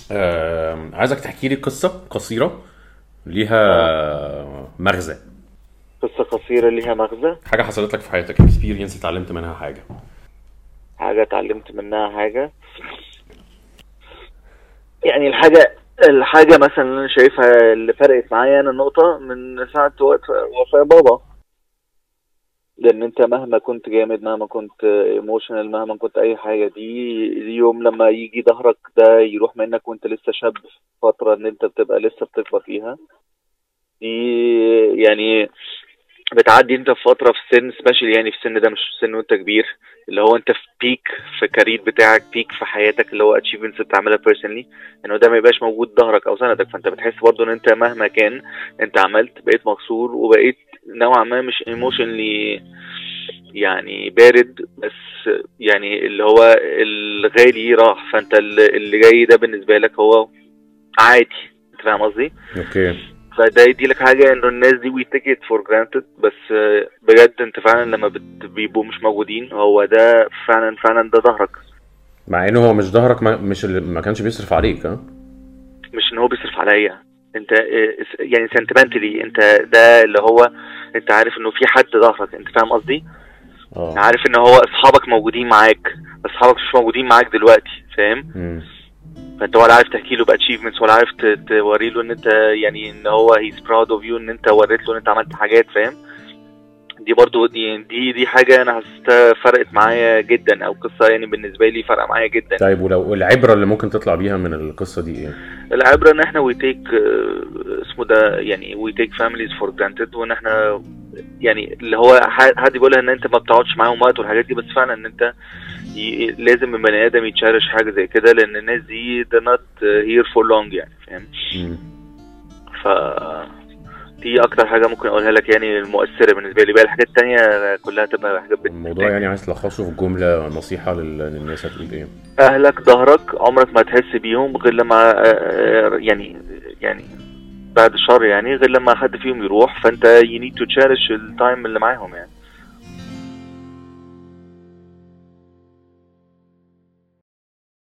عايزك تحكي لي قصة قصيرة ليها اه، مغزى. قصة قصيرة ليها مغزى. حاجة حصلت لك في حياتك، اكسبيرينس اتعلمت منها حاجة. حاجة اتعلمت منها حاجة. يعني الحاجة مثلا اللي انا شايفها اللي فرقت معايا انا نقطة من ساعة وقت وفاة بابا. لان انت مهما كنت جامد، مهما كنت ايموشنال، مهما كنت اي حاجة، دي يوم لما يجي ظهرك ده يروح منك وانت لسه شاب في فترة ان انت بتبقى لسه بتكبر فيها. دي يعني بتعدي انت في فتره في سن سبيشال، يعني في السن ده مش في سن وانت كبير، اللي هو انت في بيك في كارير بتاعك، بيك في حياتك، اللي هو اتشيفمنتس بتعملها بيرسونلي، انه ده ما يبقاش موجود ظهرك او سندك. فانت بتحس برضه ان انت مهما كان انت عملت بقيت مكسور وبقيت نوعا ما مش ايموشنلي يعني بارد، بس يعني اللي هو الغالي راح، فانت اللي جاي ده بالنسبه لك هو عادي. انت فاهم قصدي؟ اوكي. فده يدي لك حاجة انه الناس دي we take it for granted، بس بجد انت فعلا لما بيبقوا مش موجودين هو ده فعلا فعلا ده ظهرك. مع انه هو مش ظهرك، مش اللي ما كانش بيصرف عليك، ها؟ مش ان هو بيصرف عليا، انت يعني sentimentally انت ده اللي هو انت عارف انه في حد ظهرك. انت فاهم قصدي؟ اه. عارف ان هو اصحابك موجودين معاك، بس اصحابك مش موجودين معاك دلوقتي، فاهم؟ امم. فانت ولا عارف تحكي له باتشيفمنتس، ولا عارف توري له ان انت يعني ان هو he's proud of you، ان انت وريت له ان انت عملت حاجات، فاهم؟ دي برضو دي حاجة أنا حسيتها فرقت معايا جدا، أو قصة يعني بالنسبة لي فرق معايا جدا طيب، يعني. ولو العبرة اللي ممكن تطلع بيها من القصة دي ايه؟ العبرة إن إحنا we take اسمه ده يعني we take families for granted، وإن إحنا يعني اللي هو حد بيقولها إن أنت ما بتقعدش معاهم وقت والحاجات دي، بس فعلا إن أنت لازم البني آدم يتشارش حاجة زي كده، لأن الناس دي they're not here for long يعني، فاهم؟ امم. ف دي أكتر حاجة ممكن أقولها لك يعني المؤثرة بالنسبة لي. بقى الحاجات التانية كلها تبقى حاجات الموضوع يعني عايز تلخصه في جملة نصيحة للناس، هتقول ايه؟ اهلك ظهرك، عمرك ما تحس بيهم غير لما يعني بعد الشر يعني، غير لما حد فيهم يروح، فانت you need to cherish التايم اللي معاهم يعني.